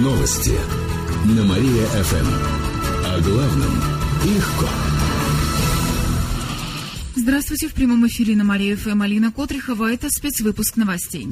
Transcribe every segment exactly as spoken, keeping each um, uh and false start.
Новости на Мария-ФМ. О главном легко. Здравствуйте, в прямом эфире на Мария-ФМ Алина Котрихова. Это спецвыпуск новостей.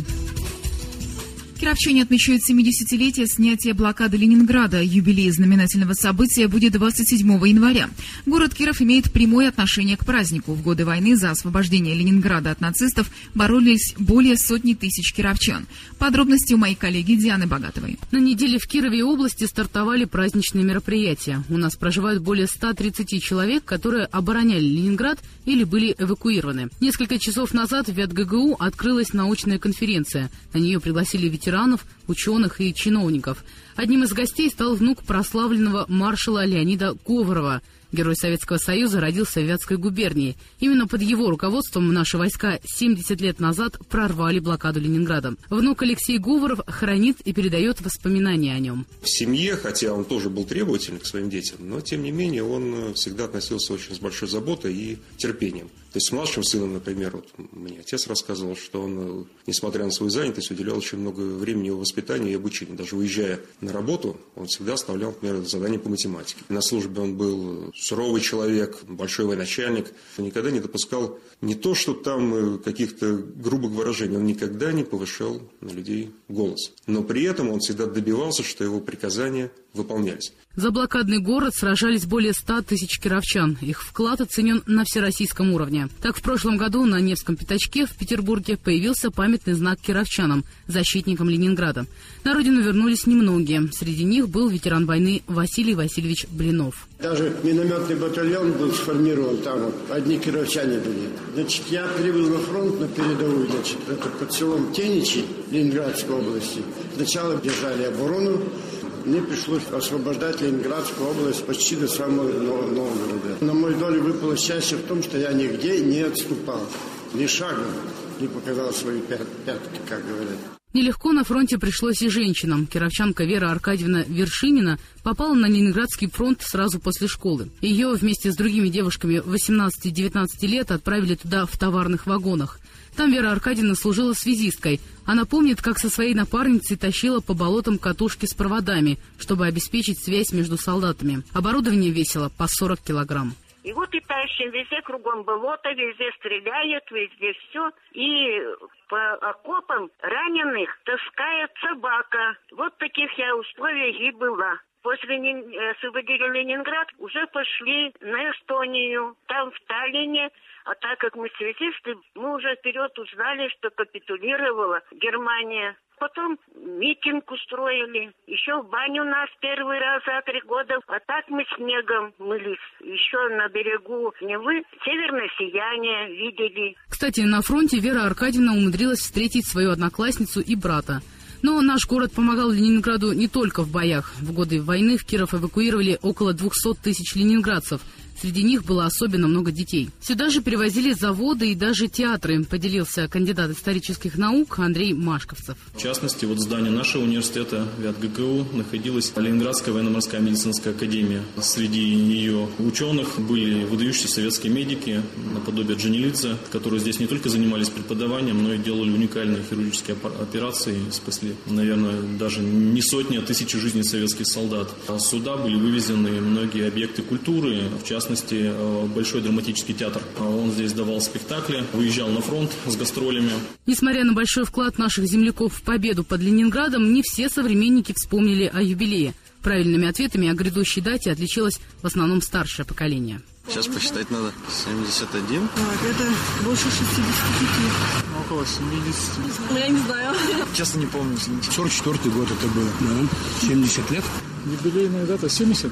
Кировчане отмечают семидесятилетие снятия блокады Ленинграда. Юбилей знаменательного события будет двадцать седьмого января. Город Киров имеет прямое отношение к празднику. В годы войны за освобождение Ленинграда от нацистов боролись более сотни тысяч кировчан. Подробности у моей коллеги Дианы Богатовой. На неделе в Кирове и области стартовали праздничные мероприятия. У нас проживают более ста тридцати человек, которые обороняли Ленинград или были эвакуированы. Несколько часов назад в ВятГГУ открылась научная конференция. На нее пригласили ветеранов, ученых и чиновников. Одним из гостей стал внук прославленного маршала Леонида Говорова. Герой Советского Союза родился в Вятской губернии. Именно под его руководством наши войска семьдесят лет назад прорвали блокаду Ленинграда. Внук Алексей Говоров хранит и передает воспоминания о нем. В семье, хотя он тоже был требователен к своим детям, но тем не менее он всегда относился очень с большой заботой и терпением. То есть с младшим сыном, например, вот мне отец рассказывал, что он, несмотря на свою занятость, уделял очень много времени его воспитанию и обучению. Даже уезжая на работу, он всегда оставлял, например, задания по математике. На службе он был суровый человек, большой военачальник. Он никогда не допускал не то, что там каких-то грубых выражений, он никогда не повышал на людей голос. Но при этом он всегда добивался, что его приказания выполнялись. За блокадный город сражались более ста тысяч кировчан. Их вклад оценен на всероссийском уровне. Так, в прошлом году на Невском пятачке в Петербурге появился памятный знак кировчанам, защитникам Ленинграда. На родину вернулись немногие. Среди них был ветеран войны Василий Васильевич Блинов. Даже минометный батальон был сформирован там, вот, одни кировчане были. Значит, я прибыл на фронт, на передовую, значит, это под селом Теничи Ленинградской области. Сначала держали оборону. Мне пришлось освобождать Ленинградскую область почти до самого Новгорода. На мою долю выпало счастье в том, что я нигде не отступал. Ни шагом не показал свои пятки, как говорят. Нелегко на фронте пришлось и женщинам. Кировчанка Вера Аркадьевна Вершинина попала на Ленинградский фронт сразу после школы. Ее вместе с другими девушками восемнадцати-девятнадцати лет отправили туда в товарных вагонах. Там Вера Аркадьевна служила связисткой. Она помнит, как со своей напарницей тащила по болотам катушки с проводами, чтобы обеспечить связь между солдатами. Оборудование весило по сорок килограмм. И вот и тащим, везде кругом болото, везде стреляют, везде все. И по окопам раненых таскает собака. Вот в таких я условиях и была. После освободили Ленинград, уже пошли на Эстонию, там в Таллине. А так как мы связисты, мы уже вперед узнали, что капитулировала Германия. Потом митинг устроили. Еще в баню нас первый раз за три года. А так мы снегом мылись. Еще на берегу Невы северное сияние видели. Кстати, на фронте Вера Аркадьевна умудрилась встретить свою одноклассницу и брата. Но наш город помогал Ленинграду не только в боях. В годы войны в Киров эвакуировали около двухсот тысяч ленинградцев. Среди них было особенно много детей. Сюда же перевозили заводы и даже театры, поделился кандидат исторических наук Андрей Машковцев. В частности, вот здание нашего университета ВятГГУ находилась Ленинградская военно-морская медицинская академия. Среди ее ученых были выдающиеся советские медики, наподобие Джанилидзе, которые здесь не только занимались преподаванием, но и делали уникальные хирургические операции, спасли, наверное, даже не сотни, а тысячи жизней советских солдат. Сюда были вывезены многие объекты культуры, в частности, Большой драматический театр. Он здесь давал спектакли, выезжал на фронт с гастролями. Несмотря на большой вклад наших земляков в победу под Ленинградом, не все современники вспомнили о юбилее. Правильными ответами о грядущей дате отличилось в основном старшее поколение. Сейчас посчитать надо. семьдесят один. Так, это больше шестидесяти пяти. Около семидесяти. Ну, я не знаю. Честно не помню. сорок четвёртый год это было. Да. семьдесят лет. Юбилейная дата семьдесят.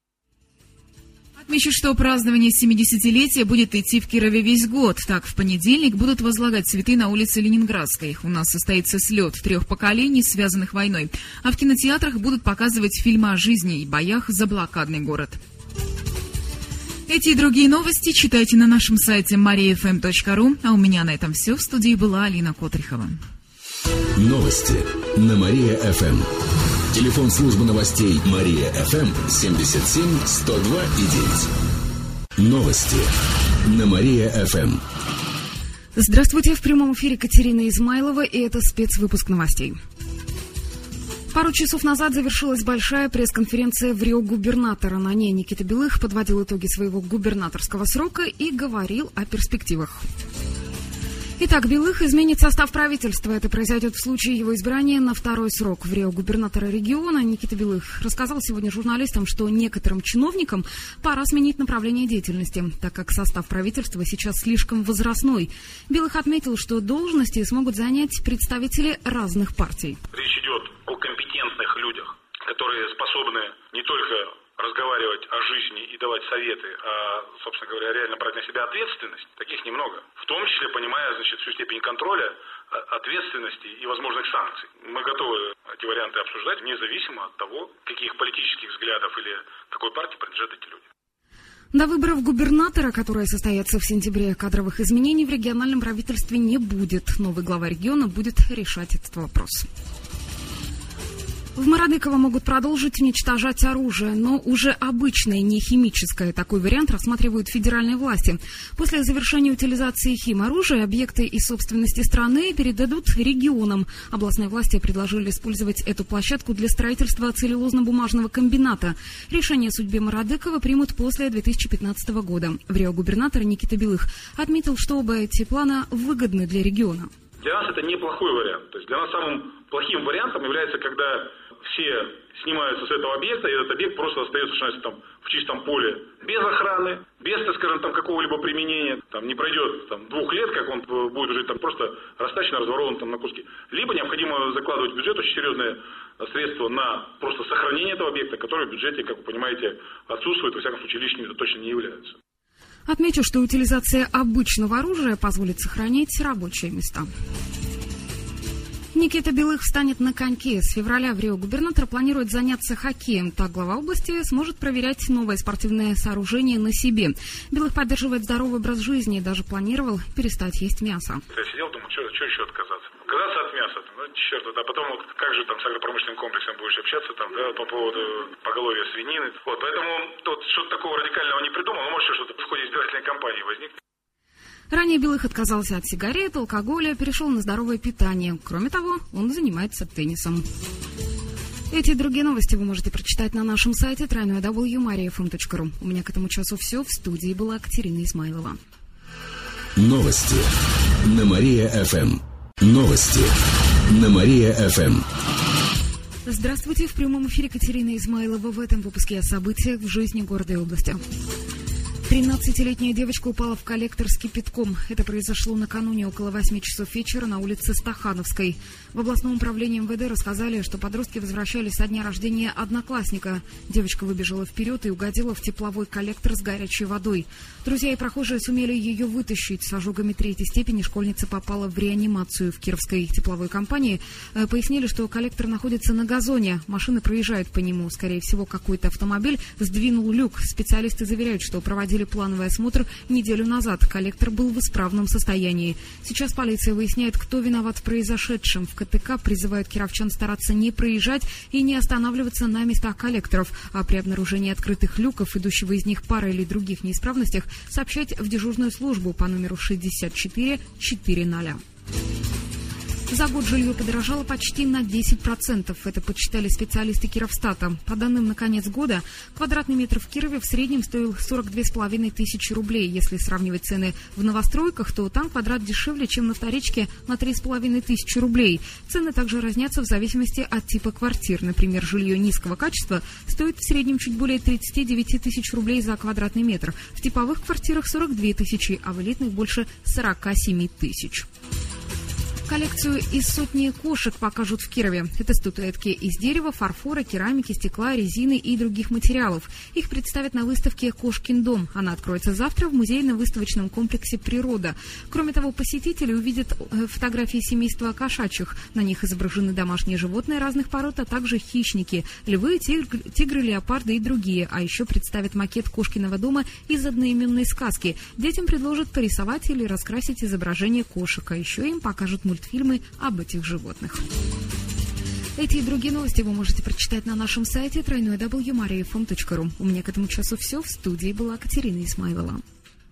Отмечу, что празднование семидесятилетия будет идти в Кирове весь год. Так, в понедельник будут возлагать цветы на улице Ленинградской. У нас состоится слет трех поколений, связанных войной. А в кинотеатрах будут показывать фильмы о жизни и боях за блокадный город. Эти и другие новости читайте на нашем сайте мария эф эм точка ру. А у меня на этом все. В студии была Алина Котрихова. Новости на Мария-ФМ. Телефон службы новостей Мария-ФМ семьдесят семь сто два и девять. Новости на Мария-ФМ. Здравствуйте, в прямом эфире Катерина Измайлова, и это спецвыпуск новостей. Пару часов назад завершилась большая пресс-конференция в Рио губернатора. На ней Никита Белых подводил итоги своего губернаторского срока и говорил о перспективах. Итак, Белых изменит состав правительства. Это произойдет в случае его избрания на второй срок. В Рио губернатора региона Никита Белых рассказал сегодня журналистам, что некоторым чиновникам пора сменить направление деятельности, так как состав правительства сейчас слишком возрастной. Белых отметил, что должности смогут занять представители разных партий. Речь идет о компетентных людях, которые способны не только разговаривать о жизни и давать советы, а, собственно говоря, реально брать на себя ответственность, таких немного. В том числе, понимая, значит, всю степень контроля, ответственности и возможных санкций. Мы готовы эти варианты обсуждать, независимо от того, каких политических взглядов или какой партии принадлежат эти люди. До выборов губернатора, которые состоятся в сентябре, кадровых изменений в региональном правительстве не будет. Новый глава региона будет решать этот вопрос. В Мародыково могут продолжить уничтожать оружие, но уже обычное, не химическое. Такой вариант рассматривают федеральные власти. После завершения утилизации химоружия объекты из собственности страны передадут регионам. Областные власти предложили использовать эту площадку для строительства целлюлозно-бумажного комбината. Решение о судьбе Мародыкова примут после две тысячи пятнадцатого года. В Рио губернатор Никита Белых отметил, что оба эти плана выгодны для региона. Для нас это неплохой вариант. То есть для нас самым плохим вариантом является, когда все снимаются с этого объекта, и этот объект просто остается там, в чистом поле, без охраны, без, так скажем, там, какого-либо применения. Там, не пройдет там, двух лет, как он будет уже там, просто растащен, разворован там, на куски. Либо необходимо закладывать в бюджет очень серьезные средства на просто сохранение этого объекта, которые в бюджете, как вы понимаете, отсутствуют, во всяком случае, лишними точно не являются. Отмечу, что утилизация обычного оружия позволит сохранить рабочие места. Никита Белых встанет на коньки. С февраля в Рио губернатор планирует заняться хоккеем. Так глава области сможет проверять новое спортивное сооружение на себе. Белых поддерживает здоровый образ жизни и даже планировал перестать есть мясо. Я сидел, думаю, что, что еще отказаться? Отказаться от мяса, ну черт, а потом вот как же там с агропромышленным комплексом будешь общаться там, да, по поводу поголовья свинины. Вот, поэтому тут что-то такого радикального не придумал, но может что-то в ходе избирательной кампании возникнет. Ранее Белых отказался от сигарет, алкоголя, перешел на здоровое питание. Кроме того, он занимается теннисом. Эти и другие новости вы можете прочитать на нашем сайте дабл ю дабл ю дабл ю точка мария эф эм точка ру. У меня к этому часу все. В студии была Катерина Измайлова. Новости на Мария-ФМ. Новости на Мария-ФМ. Здравствуйте. В прямом эфире Катерина Измайлова. В этом выпуске о событиях в жизни города и области. тринадцатилетняя девочка упала в коллектор с кипятком. Это произошло накануне около восьми часов вечера на улице Стахановской. В областном управлении эм вэ дэ рассказали, что подростки возвращались со дня рождения одноклассника. Девочка выбежала вперед и угодила в тепловой коллектор с горячей водой. Друзья и прохожие сумели ее вытащить. С ожогами третьей степени школьница попала в реанимацию. В Кировской тепловой компании э, пояснили, что коллектор находится на газоне. Машины проезжают по нему. Скорее всего, какой-то автомобиль сдвинул люк. Специалисты заверяют, что проводили плановый осмотр неделю назад. Коллектор был в исправном состоянии. Сейчас полиция выясняет, кто виноват в произошедшем. В ка тэ ка призывают кировчан стараться не проезжать и не останавливаться на местах коллекторов, а при обнаружении открытых люков, идущего из них пара или других неисправностях, сообщать в дежурную службу по номеру шестьдесят четыре четыреста. За год жилье подорожало почти на десять процентов. Это подсчитали специалисты Кировстата. По данным на конец года, квадратный метр в Кирове в среднем стоил сорок две с половиной тысячи рублей. Если сравнивать цены в новостройках, то там квадрат дешевле, чем на вторичке, на три с половиной тысячи рублей. Цены также разнятся в зависимости от типа квартир. Например, жилье низкого качества стоит в среднем чуть более тридцать девять тысяч рублей за квадратный метр. В типовых квартирах сорок две тысячи, а в элитных больше сорок семь тысяч. Коллекцию из сотни кошек покажут в Кирове. Это статуэтки из дерева, фарфора, керамики, стекла, резины и других материалов. Их представят на выставке «Кошкин дом». Она откроется завтра в музейно-выставочном комплексе «Природа». Кроме того, посетители увидят фотографии семейства кошачьих. На них изображены домашние животные разных пород, а также хищники – львы, тигры, тигры, леопарды и другие. А еще представят макет Кошкиного дома из одноименной сказки. Детям предложат порисовать или раскрасить изображение кошек. А еще им покажут мультфильмы. Фильмы об этих животных. Эти и другие новости вы можете прочитать на нашем сайте дабл ю дабл ю дабл ю точка мария эф эм точка ру. У меня к этому часу все. В студии была Катерина Исмайлова.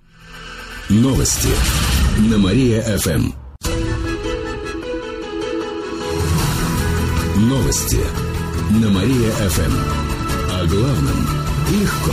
Новости на Мария-ФМ. Новости на Мария-ФМ. О главном легко.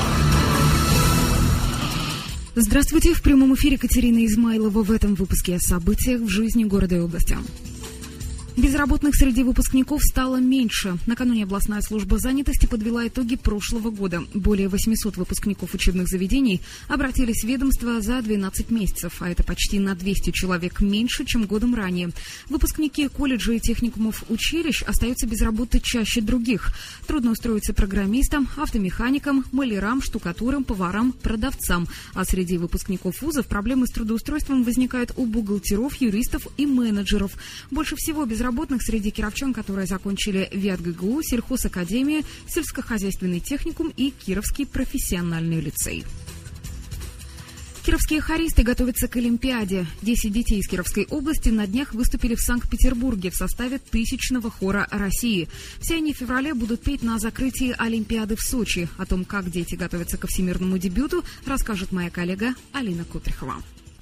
Здравствуйте. В прямом эфире Катерина Измайлова. В этом выпуске о событиях в жизни города и области. Безработных среди выпускников стало меньше. Накануне областная служба занятости подвела итоги прошлого года. Более восемьсот выпускников учебных заведений обратились в ведомство за двенадцать месяцев, а это почти на двести человек меньше, чем годом ранее. Выпускники колледжей и техникумов училищ остаются без работы чаще других. Трудно устроиться программистам, автомеханикам, малярам, штукатурам, поварам, продавцам. А среди выпускников вузов проблемы с трудоустройством возникают у бухгалтеров, юристов и менеджеров. Больше всего безработных Безработных среди кировчан, которые закончили ВятГГУ, сельхозакадемию, сельскохозяйственный техникум и Кировский профессиональный лицей. Кировские хористы готовятся к Олимпиаде. Десять детей из Кировской области на днях выступили в Санкт-Петербурге в составе тысячного хора России. Все они в феврале будут петь на закрытии Олимпиады в Сочи. О том, как дети готовятся ко всемирному дебюту, расскажет моя коллега Алина Котрихова.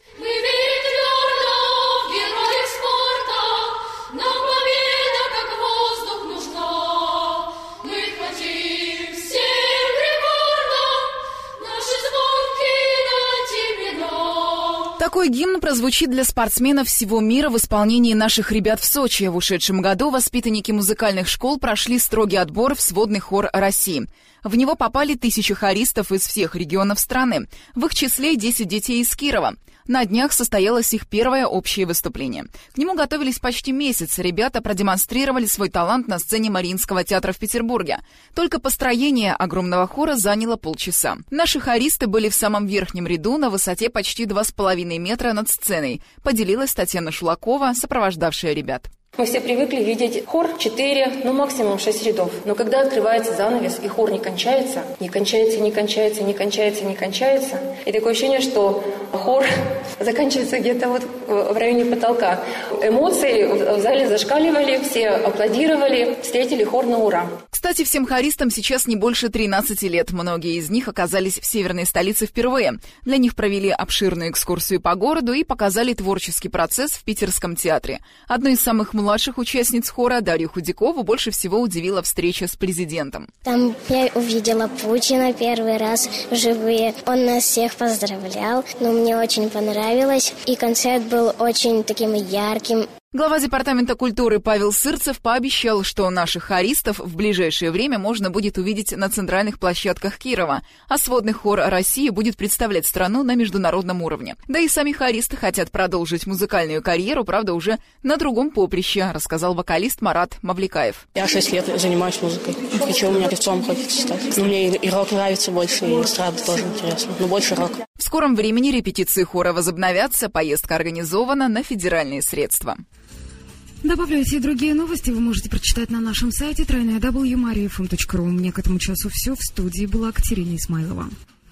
Такой гимн прозвучит для спортсменов всего мира в исполнении наших ребят в Сочи. В ушедшем году воспитанники музыкальных школ прошли строгий отбор в сводный хор России. В него попали тысячи хористов из всех регионов страны. В их числе десять детей из Кирова. На днях состоялось их первое общее выступление. К нему готовились почти месяц. Ребята продемонстрировали свой талант на сцене Мариинского театра в Петербурге. Только построение огромного хора заняло полчаса. Наши хористы были в самом верхнем ряду на высоте почти два с половиной метра над сценой, поделилась Татьяна Шулакова, сопровождавшая ребят. Мы все привыкли видеть хор четыре, ну максимум шесть рядов. Но когда открывается занавес и хор не кончается, не кончается, не кончается, не кончается, не кончается, и такое ощущение, что хор заканчивается где-то вот в районе потолка. Эмоции в зале зашкаливали, все аплодировали, встретили хор на ура. Кстати, всем хористам сейчас не больше тринадцати лет. Многие из них оказались в северной столице впервые. Для них провели обширную экскурсию по городу и показали творческий процесс в Питерском театре. Одной из самых младших участниц хора, Дарью Худякову, больше всего удивила встреча с президентом. Там я увидела Путина первый раз вживые. Он нас всех поздравлял, но мне очень понравилось. И концерт был очень таким ярким. Глава департамента культуры Павел Сырцев пообещал, что наших хористов в ближайшее время можно будет увидеть на центральных площадках Кирова, а сводный хор России будет представлять страну на международном уровне. Да и сами хористы хотят продолжить музыкальную карьеру, правда, уже на другом поприще, рассказал вокалист Марат Мавликаев. Я шесть лет занимаюсь музыкой. Хочу, у меня певцом хочется стать. Но мне и рок нравится больше, и эстрада тоже интересно, но больше рок. В скором времени репетиции хора возобновятся, поездка организована на федеральные средства. Добавлю эти и другие новости вы можете прочитать на нашем сайте дабл ю дабл ю дабл ю точка мария эф эм точка ру. У меня к этому часу все. В студии была Катерина Измайлова.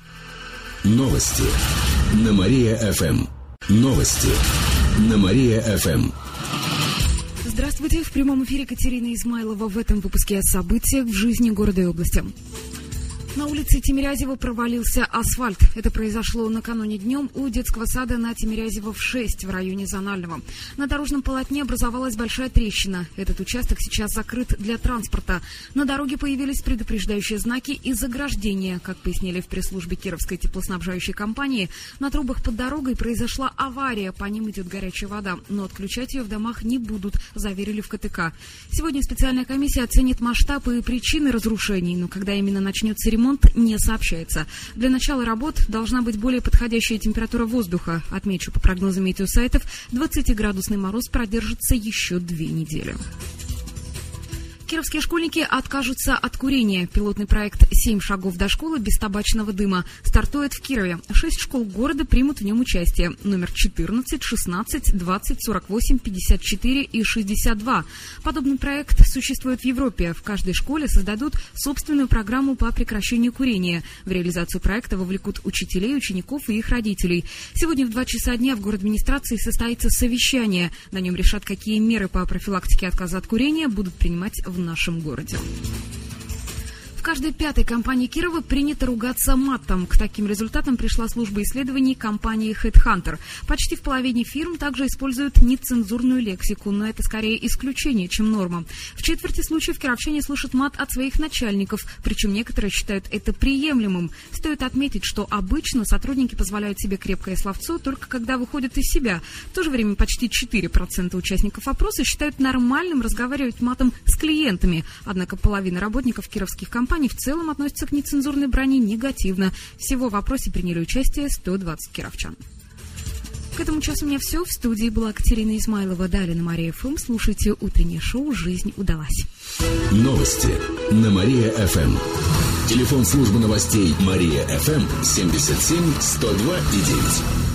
Новости на Мария-ФМ. Новости на Мария-ФМ. Здравствуйте. В прямом эфире Катерина Измайлова. В этом выпуске о событиях в жизни города и области. На улице Тимирязева провалился асфальт. Это произошло накануне днем у детского сада на Тимирязева шесть в районе Зонального. На дорожном полотне образовалась большая трещина. Этот участок сейчас закрыт для транспорта. На дороге появились предупреждающие знаки и заграждения. Как пояснили в пресс-службе Кировской теплоснабжающей компании, на трубах под дорогой произошла авария. По ним идет горячая вода, но отключать ее в домах не будут, заверили в ка тэ ка. Сегодня специальная комиссия оценит масштаб и причины разрушений, но когда именно начнется ремонт, Ремонт не сообщается. Для начала работ должна быть более подходящая температура воздуха. Отмечу, по прогнозам метеосайтов, двадцатиградусный мороз продержится еще две недели. Кировские школьники откажутся от курения. Пилотный проект «Семь шагов до школы без табачного дыма» стартует в Кирове. Шесть школ города примут в нем участие. Номер четырнадцать, шестнадцать, двадцать, сорок восемь, пятьдесят четыре и шестьдесят два. Подобный проект существует в Европе. В каждой школе создадут собственную программу по прекращению курения. В реализацию проекта вовлекут учителей, учеников и их родителей. Сегодня в два часа дня в городадминистрации состоится совещание. На нем решат, какие меры по профилактике отказа от курения будут принимать в нашем городе. В каждой пятой компании Кирова принято ругаться матом. К таким результатам пришла служба исследований компании HeadHunter. Почти в половине фирм также используют нецензурную лексику, но это скорее исключение, чем норма. В четверти случаев кировчане слышат мат от своих начальников, причем некоторые считают это приемлемым. Стоит отметить, что обычно сотрудники позволяют себе крепкое словцо только когда выходят из себя. В то же время почти четыре процента участников опроса считают нормальным разговаривать матом с клиентами. Однако половина работников кировских компаний в целом относятся к нецензурной брани негативно. Всего в опросе приняли участие сто двадцать кировчан. К этому часу у меня все. В студии была Катерина Измайлова. Далее на Мария-ФМ слушайте утреннее шоу «Жизнь удалась». Новости на Мария-ФМ. Телефон службы новостей Мария-ФМ семьдесят семь сто два и девять.